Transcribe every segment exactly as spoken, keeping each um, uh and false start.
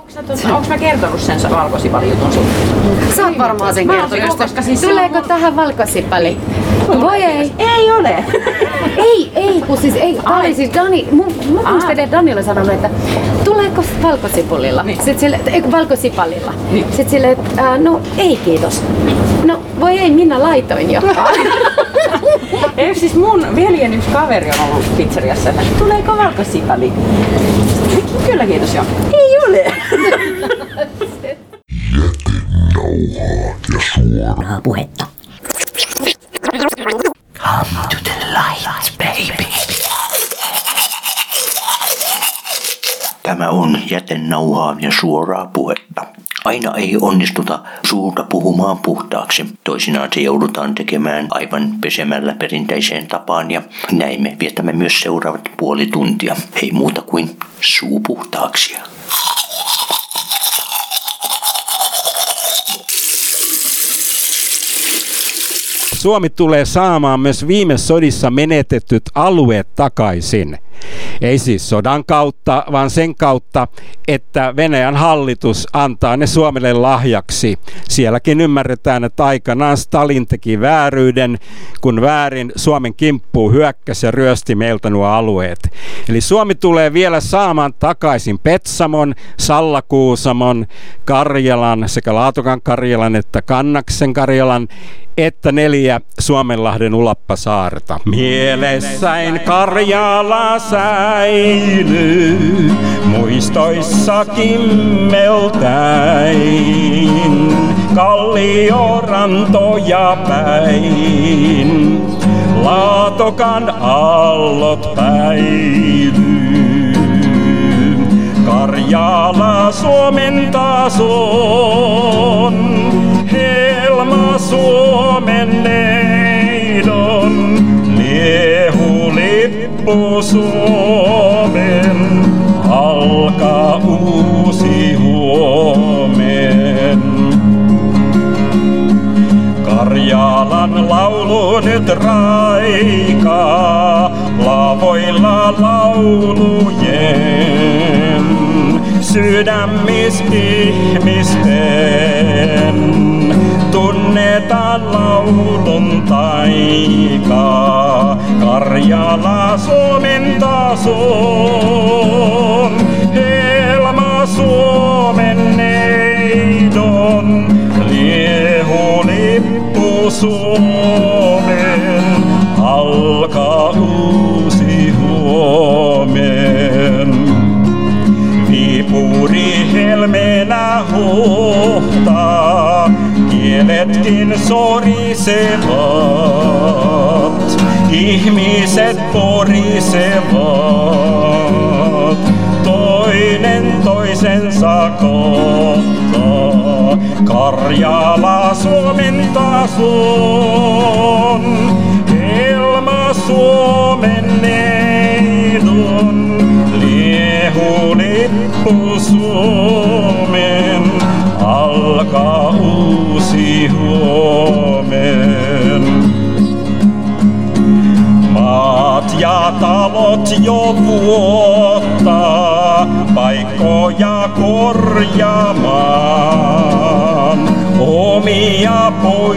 Onko mä kertonut sen valkosipali-jutun sun? Sä oot varmaan sen kertonut. Koska siis tuleeko on... tähän valkosipali? Voi ei. Ei ole. ei, ei, kun siis ei. Tää oli siis Dani, mä muistelin, että Dani oli sanonut, että tuleeko valkosipulilla? Niin. Sitten sille, eikö valkosipalilla? Niin. Sitten silleen, että no ei kiitos. No voi ei, minä laitoin jo. Ei, siis mun veljen yksi kaveri on ollut pizzeriassa, että tuleeko valkosipali? Kyllä kiitos jo. Ei ole. Jätenauhaa ja suoraa puhetta. Come to the light, baby. Tämä on jätenauhaa ja suoraa puhetta. Aina ei onnistuta suuta puhumaan puhtaaksi. Toisinaan se joudutaan tekemään aivan pesemällä perinteiseen tapaan ja näin me vietämme myös seuraavat puoli tuntia. Ei muuta kuin suu puhtaaksi. Suomi tulee saamaan myös viime sodissa menetetyt alueet takaisin. Ei siis sodan kautta, vaan sen kautta, että Venäjän hallitus antaa ne Suomelle lahjaksi. Sielläkin ymmärretään, että aikanaan Stalin teki vääryyden, kun väärin Suomen kimppuun hyökkäsi ja ryösti meiltä nuo alueet. Eli Suomi tulee vielä saamaan takaisin Petsamon, Sallakuusamon, Karjalan, sekä Laatokan Karjalan että Kannaksen Karjalan, että neljä Suomenlahden ulappasaarta. Mielessäin Karjala säilyy, muistoissa kimmeltäin, kalliorantoja päin, Laatokan aallot päilyy. Karjala Suomen taas on, helma Suomen neidon, liehulippu Suomen, alkaa uusi huomen. Karjalan laulu nyt raikaa, lavoilla laulujen, sydämis ihmisten. Tunnetaan laulun taikaa, Karjala Suomen taas on, helma Suomen neidon, liehulippu Suomen, alkaa uusi huomen. Viipuri helmenä huuhtaa, kieletkin sorisevat, ihmiset porisevat, toinen toisensa kohtaa. Karjala Suomen taas on, helma Suomen neidon, liehulippu Suomen, alkaa uusi huomen. Maat ja talot jo vuottaa, paikkoja korjaamaan, omia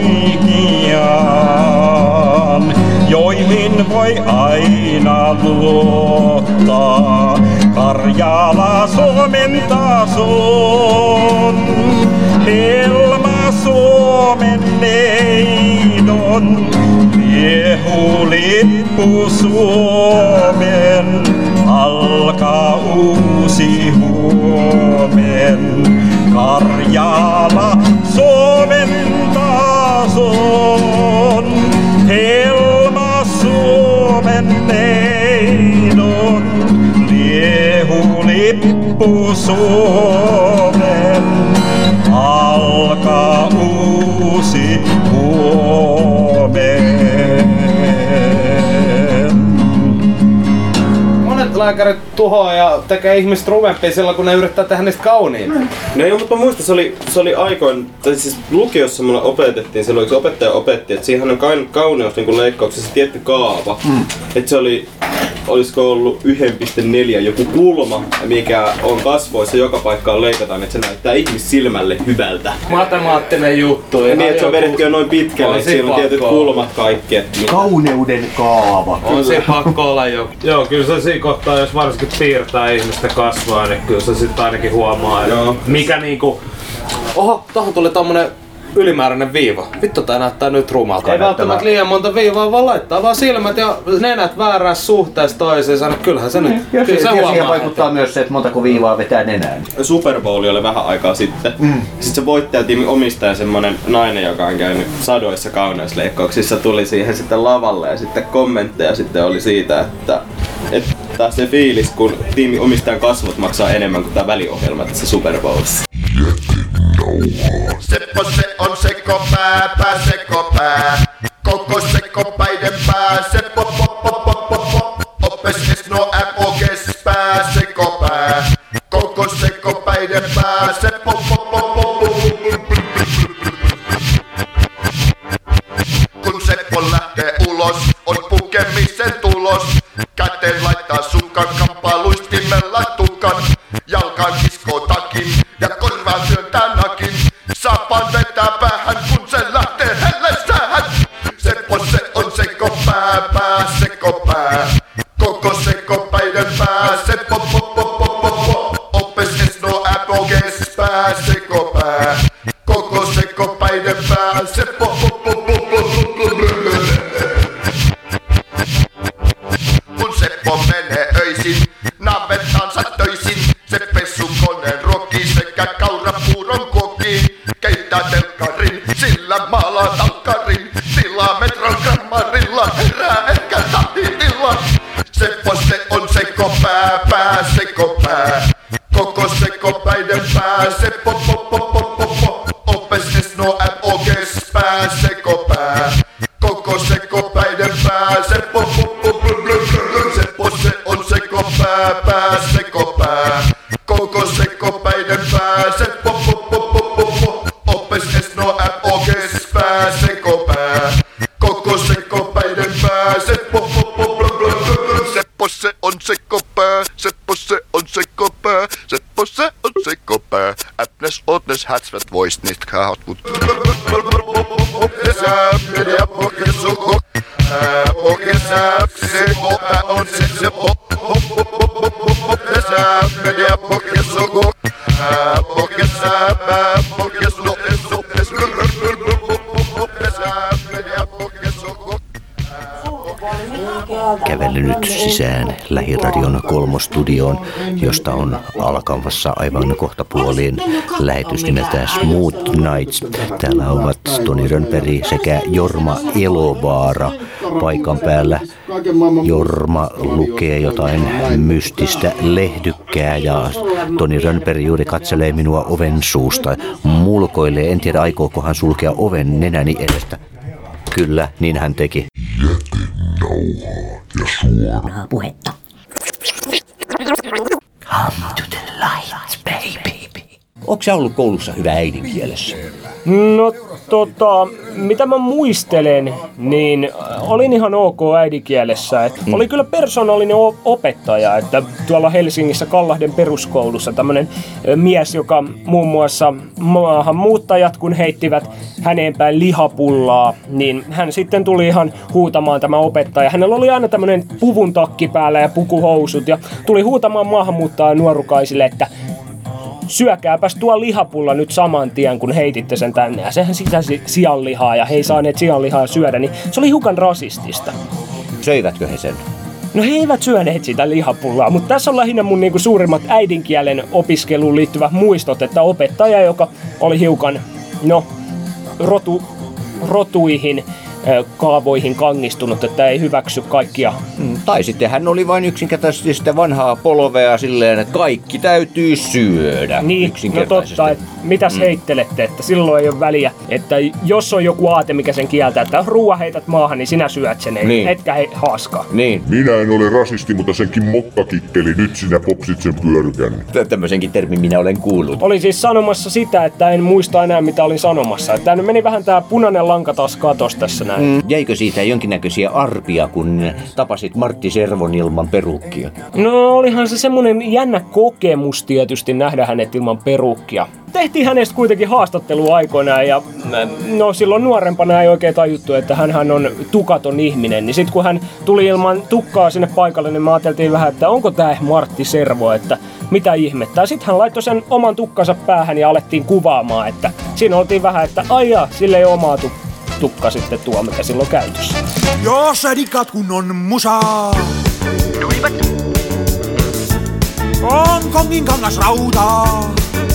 poikiaan, joihin voi aina luottaa. Karjala Suomen taas on, helma Suomen neidon, liehulippu Suomen, alkaa uusi huomen. Karjala Suomen taas on, helma Suomen neidon, liehulippu Suomen, alkaa uusi huomen. Monet lääkärit tuhoaa ja tekee ihmiset rumempia silloin, kun ne yrittää tehdä niistä kauniita. Mm. No joo, mutta mä muistan, se oli, se oli aikoin, tai siis lukiossa mulla opetettiin, silloin kun opettaja opetti, että siihen on kauneus niin leikkauksessa tietty kaava. Mm. Että se oli olisiko ollut yksi pilkku neljä joku kulma, mikä on kasvoissa joka paikkaan leikataan, että se näyttää ihmissilmälle hyvältä. Matemaattinen juttu. Ja niin, että se on vedetty jo noin pitkälle, että siellä on tietyt kulmat kaikki. Kauneuden kaava. On se pakko olla jo. Joo, kyllä se siinä kohtaa, jos varsinkin piirtää ihmistä kasvaa, niin kyllä se sitten ainakin huomaa, että mikä niinku... Oho, tohon tuli tommonen ylimääräinen viiva. Vittu, tää näyttää nyt rumalta. Ei välttämättä liian monta viivaa, vaan laittaa vaan silmät ja nenät vääräässä suhteessa toisiinsa. No kyllähän se nyt, ja kyllä se huomaa. Siihen vaikuttaa että... myös se, että montako viivaa vetää nenään. Super Bowl oli vähän aikaa sitten. Mm. Sitten se voittajatiimin omistaja, semmonen nainen, joka on käynyt sadoissa kauneusleikkauksissa, tuli siihen sitten lavalle ja sitten kommentteja sitten oli siitä, että että se fiilis, kun tiimin omistajan kasvot maksaa enemmän kuin tää väliohjelma tässä Super Bowlissa. Seppo se on sekopää, pää sekopää. Koko sekopäiden pää. Seppo pop pop pop pop pop. Oppes esno äpokes pää sekopää. Koko sekopäiden pää. Seppo pop pop pop pop. Kun Seppo lähtee ulos, on pukemisen tulos. Käteen laittaa sukan, kampaa luistimella tukan. Jalkaan kiskoo takin ja korvaan työntää nakin. Saapaan vetää päähän, kun se lähtee hellessään. Seppo se on sekopää, pää sekopää. Koko sekopäiden pää. Seppo pop pop pop pop pop. Oppes esno äpoges pää sekopää. Koko sekopäiden pää. Seppo pop pop pop pop pop. Kun Seppo menee öisin, navettansa töisin. Se pessukoneen roki sekä kaurapuuron koki. Keittää telkkarin, sillä maalaa talkkarin. Tilaa metron grammarilla, herää ehkä tahditilla. Seppo se on sekopää, pää sekopää. Koko sekopäiden pää. Seppo pop pop pop pop pop. Oppes esno äpoges pää sekopää. Koko sekopäiden pää. Seppo pop pop pop pop. Seppo se on sekopää, pää sekopää. Koko sekopäiden pää. Seppo pop pop pop pop pop. Oppes esno äpoges pää sekopää. Koko sekopäiden pää. Seppo pop pop pop pop. Seppo se on sekopää. Seppo se on sekopää. Seppo se on sekopää. Äppnes åtnes hätsvät voist nicht kahat mut. Media pokesukko. Pokesää sekopää on se seppo. Pokesää media pokesukko. Pokesää pää pokesukko. Pokesää media pokesukko. Kävellyt nyt sisään Lähiradion kolmostudioon, josta on alkamassa aivan kohta puoliin lähetys nimeltään Smooth Nights. Täällä ovat Toni Rönnberg sekä Jorma Elovaara paikan päällä. Jorma lukee jotain mystistä lehdykkää ja Toni Rönnberg juuri katselee minua oven suusta. Mulkoilee, en tiedä aikooko hän sulkea oven nenäni edestä. Kyllä, niin hän teki. Nauhaa ja suoraa puhetta. Come to the lights, baby. Onko sä ollut koulussa hyvä äidinkielessä? No tota, mitä mä muistelen, niin olin ihan ok äidinkielessä. Et mm. Oli kyllä persoonallinen opettaja, että tuolla Helsingissä Kallahden peruskoulussa tämmönen mies, joka muun muassa maahanmuuttajat, kun heittivät häneen päin lihapullaa, niin hän sitten tuli ihan huutamaan tämä opettaja. Hänellä oli aina tämmönen puvun takki päällä ja pukuhousut ja tuli huutamaan maahanmuuttajia nuorukaisille, että syökääpäs tuo lihapulla nyt saman tien, kun heititte sen tänne. Ja sehän sisälsi sianlihaa ja he ei saaneet sianlihaa syödä, niin se oli hiukan rasistista. Söivätkö he sen? No he eivät syöneet sitä lihapullaa, mutta tässä on lähinnä mun niinku suurimmat äidinkielen opiskeluun liittyvät muistot, että opettaja, joka oli hiukan, no, rotu, rotuihin, kaavoihin kangistunut, että ei hyväksy kaikkia. Mm, tai sitten hän oli vain yksinkertaisesti sitä vanhaa polvea silleen, että kaikki täytyy syödä. Niin, no totta, että mitäs mm. heittelette, että silloin ei ole väliä, että jos on joku aate, mikä sen kieltää, että ruoa heität maahan, niin sinä syöt sen, niin. Etkä he haaskaa. Niin. Minä en ole rasisti, mutta senkin mokkakikkeli, nyt sinä popsit sen pyörykän. Tämmöisenkin termin minä olen kuullut. Oli siis sanomassa sitä, että en muista enää mitä olin sanomassa. Että nyt meni vähän tää punainen lanka taas katos tässä näin. Mm. Jäikö siitä jonkinnäköisiä arpia, kun tapasit Mar- Martti Servon ilman perukkia? No olihan se semmonen jännä kokemus tietysti nähdä hänet ilman perukkia. Tehtiin hänestä kuitenkin haastattelu aikoinaan ja no silloin nuorempana ei oikein tajuttu, että hänhän on tukaton ihminen. Niin sit kun hän tuli ilman tukkaa sinne paikalle, niin me ajateltiin vähän, että onko tää Martti Servo, että mitä ihmettä. Sitten hän laittoi sen oman tukkansa päähän ja alettiin kuvaamaan, että siinä oltiin vähän, että aijaa, sille ei omaa tu- tukka sitten tuo, mikä silloin käytössä. Jos sä dikkaat kunnon musaa, on kongin kangas rautaa.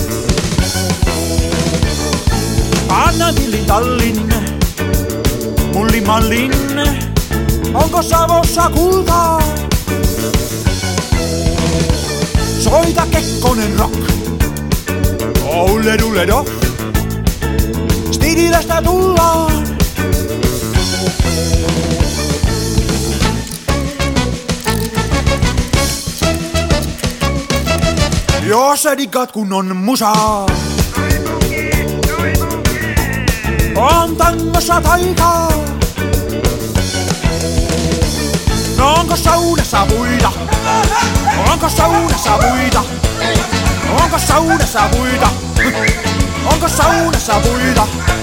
Anna villin tallin, mullin mallin, onko Savossa kultaa? Soita Kekkonen rock, oule dulle do, Stidilästä tullaan. Jos sä dikkaat kunnon musaa, on tangossa taikaa. No onko saunassa puita? Onko saunassa puita? Onko saunassa puita? Onko saunassa puita?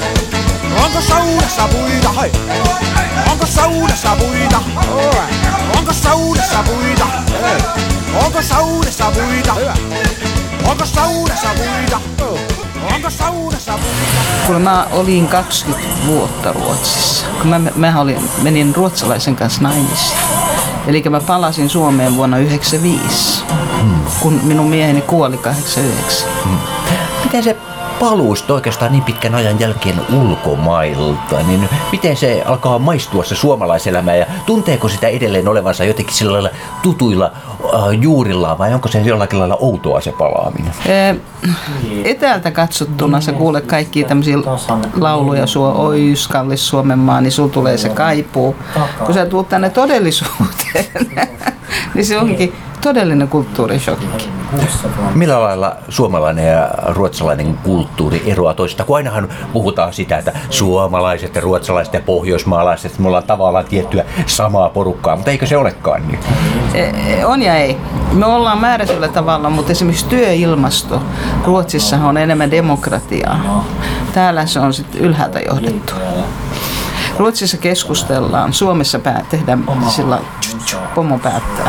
Onko saunassa puita? Hei! Onko saunassa puita? Onko saunassa puita? Onko saunassa puita? Onko saunassa puita? Onko saunassa puita? Kun mä olin kaksikymmentä vuotta Ruotsissa, kun mä, mä olin, menin ruotsalaisen kanssa naimisiin. Eli mä palasin Suomeen vuonna yhdeksänkymmentäviisi, hmm. kun minun mieheni kuoli kahdeksankymmentäyhdeksän. Hmm. Miten se paluusta oikeastaan niin pitkän ajan jälkeen ulkomailta, niin miten se alkaa maistua se suomalaiselämä ja tunteeko sitä edelleen olevansa jotenkin sillä lailla tutuilla äh, juurillaan vai onko se jollakin lailla outoa se palaaminen? Etäältä katsottuna sä kuulet kaikkia tämmöisiä lauluja sua, oi kallis Suomenmaa, niin sulla tulee se kaipuu. Kun sä tuut tänne todellisuuteen, niin se onkin todellinen kulttuurishokki. Millä lailla suomalainen ja ruotsalainen kulttuuri eroaa toisista? Kun ainahan puhutaan sitä, että suomalaiset ja ruotsalaiset ja pohjoismaalaiset, me ollaan tavallaan tiettyä samaa porukkaa, mutta eikö se olekaan niin? On ja ei. Me ollaan määrätyllä tavalla, mutta esimerkiksi työilmasto Ruotsissa on enemmän demokratiaa. Täällä se on sitten ylhäältä johdettu. Ruotsissa keskustellaan, Suomessa päät, tehdään sillä pomo päättää.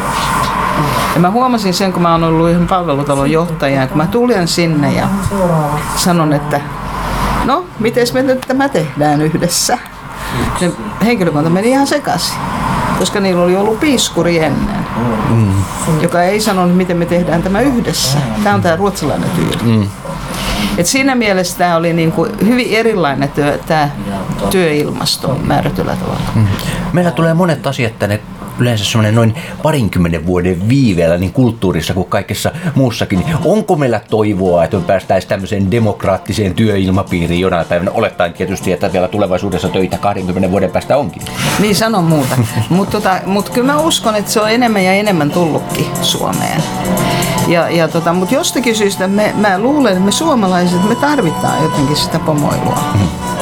Ja mä huomasin sen, kun mä oon ollut ihan palvelutalon johtaja, kun mä tulin sinne ja sanon, että no, miten me nyt tämä tehdään yhdessä. Ja henkilökunta meni ihan sekaisin, koska niillä oli ollut piiskuri ennen, mm. joka ei sanonut, miten me tehdään tämä yhdessä. Tämä on tämä ruotsalainen tyyli. Mm. Et siinä mielessä tämä oli niin kuin hyvin erilainen työ, tämä työilmasto määrätyllä tavalla. Mm. Meillä tulee monet asiat tänne yleensä semmoinen noin parinkymmenen vuoden viiveellä niin kulttuurissa kuin kaikessa muussakin. Onko meillä toivoa, että me päästäisiin tämmöiseen demokraattiseen työilmapiiriin jonain päivänä? Olettaen tietysti, että vielä tulevaisuudessa töitä kaksikymmentä vuoden päästä onkin. Niin sanon muuta. Mutta tota, mut kyllä mä uskon, että se on enemmän ja enemmän tullutkin Suomeen. Ja, ja tota, mutta jostakin syystä me, mä luulen, että me suomalaiset me tarvitaan jotenkin sitä pomoilua. Mm.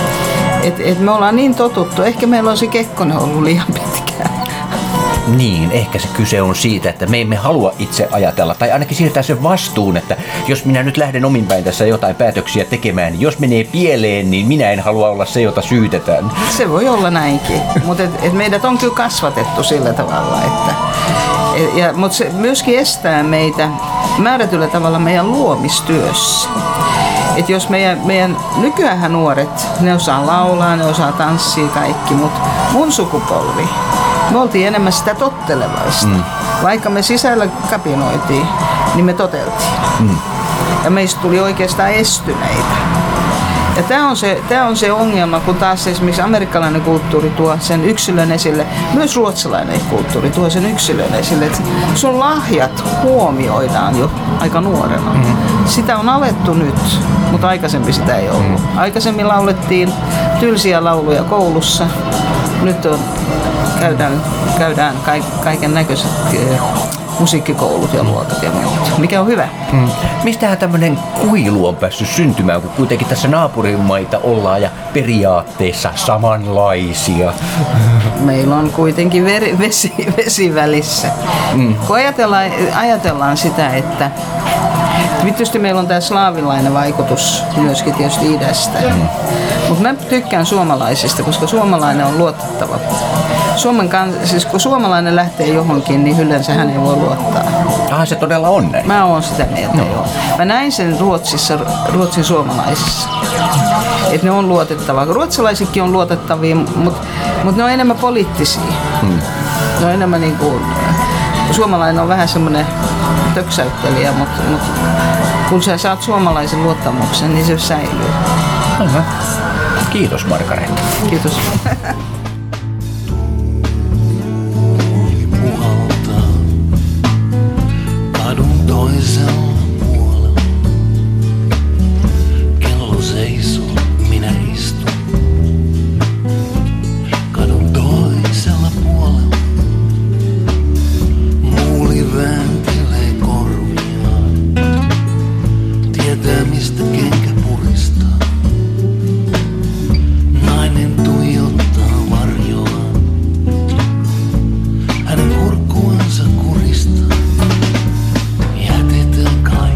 Et, et me ollaan niin totuttu. Ehkä meillä on se Kekkonen ollut liian pitkään. Niin, ehkä se kyse on siitä, että me emme halua itse ajatella, tai ainakin siirtää sen vastuun, että jos minä nyt lähden ominpäin tässä jotain päätöksiä tekemään, niin jos menee pieleen, niin minä en halua olla se, jota syytetään. Se voi olla näinkin, mutta et, et meidät on kyllä kasvatettu sillä tavalla, että et, ja, mutta se myöskin estää meitä määrätyllä tavalla meidän luomistyössä. Et jos meidän, meidän nykyään nuoret, ne osaa laulaa, ne osaa tanssia kaikki, mutta mun sukupolvi, me oltiin enemmän sitä tottelevaista. Mm. Vaikka me sisällä kapinoitiin, niin me toteltiin. Mm. Ja meistä tuli oikeastaan estyneitä. Ja tämä on, se, tää on se ongelma, kun taas esimerkiksi amerikkalainen kulttuuri tuo sen yksilön esille, myös ruotsalainen kulttuuri tuo sen yksilön esille, että sun lahjat huomioidaan jo aika nuorena. Mm. Sitä on alettu nyt, mutta aikaisemmin sitä ei ollut. Mm. Aikaisemmin laulettiin tylsiä lauluja koulussa, nyt on, käydään, käydään kaiken näköiset musiikkikoulut ja luokat ja muut, mikä on hyvä. Mm. Mistähän tämmöinen kuilu on päässyt syntymään, kun kuitenkin tässä naapurimaita ollaan ja periaatteessa samanlaisia? Meillä on kuitenkin veri, vesi, vesi välissä. Mm. Kun ajatellaan, ajatellaan sitä, että tietysti meillä on tämä slaavilainen vaikutus myöskin tietysti idästä. Mm. Mutta mä tykkään suomalaisista, koska suomalainen on luotettava. Suomen kan, siis kun suomalainen lähtee johonkin, niin yleensä hän ei voi luottaa. Ah, se todella on näin. Mä oon sitä mieltä, no. joo. Mä näin sen Ruotsissa, Ruotsin suomalaisissa. Että ne on luotettavaa. Ruotsalaisetkin on luotettavia, mutta mut ne on enemmän poliittisia. Hmm. Ne on enemmän niin kuin, suomalainen on vähän semmoinen töksäyttelijä, mutta mut, kun sä saat suomalaisen luottamuksen, niin se säilyy. Aha. Kiitos, Margareetta. Kiitos. Kadun toisella puolella. Kello seisoo, minä istun. Kadun toisella puolella. Muuli vääntelee korviaan. Tietää mistä kenkä puristaa. Nainen tuijottaa varjoaan. Hänen kurkkuansa kuristaa. Jätetään kai.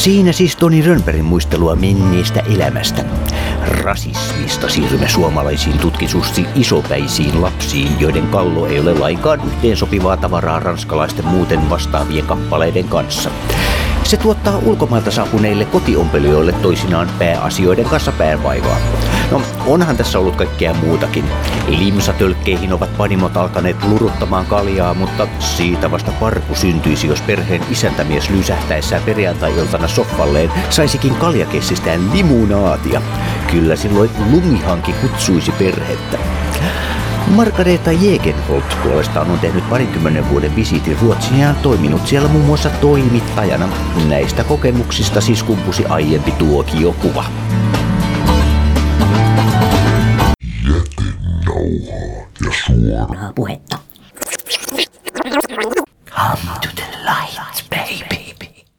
Siinä siis Toni Rönnbergin muistelua menneestä elämästä. Rasismista siirrymme suomalaisiin tutkitusti isopäisiin lapsiin, joiden kallo ei ole lainkaan yhteensopivaa tavaraa ranskalaisten muuten vastaavien kappaleiden kanssa. Se tuottaa ulkomailta saapuneille kotiompelijoille toisinaan pääasioiden kanssa päänvaivaa. No, onhan tässä ollut kaikkea muutakin. Limsatölkkeihin ovat panimot alkaneet luruttamaan kaljaa, mutta siitä vasta parku syntyisi, jos perheen isäntämies lysähtäessään perjantai-iltana soffalleen saisikin kaljakessistään limunaatia. Kyllä silloin lumihanki kutsuisi perhettä. Margareta Jägenholt puolestaan on tehnyt parinkymmenen vuoden visiitin Ruotsiin ja toiminut siellä muun muassa toimittajana. Näistä kokemuksista siis kumpusi aiempi tuokiokuva. Jätenauhaa ja suoraa puhetta.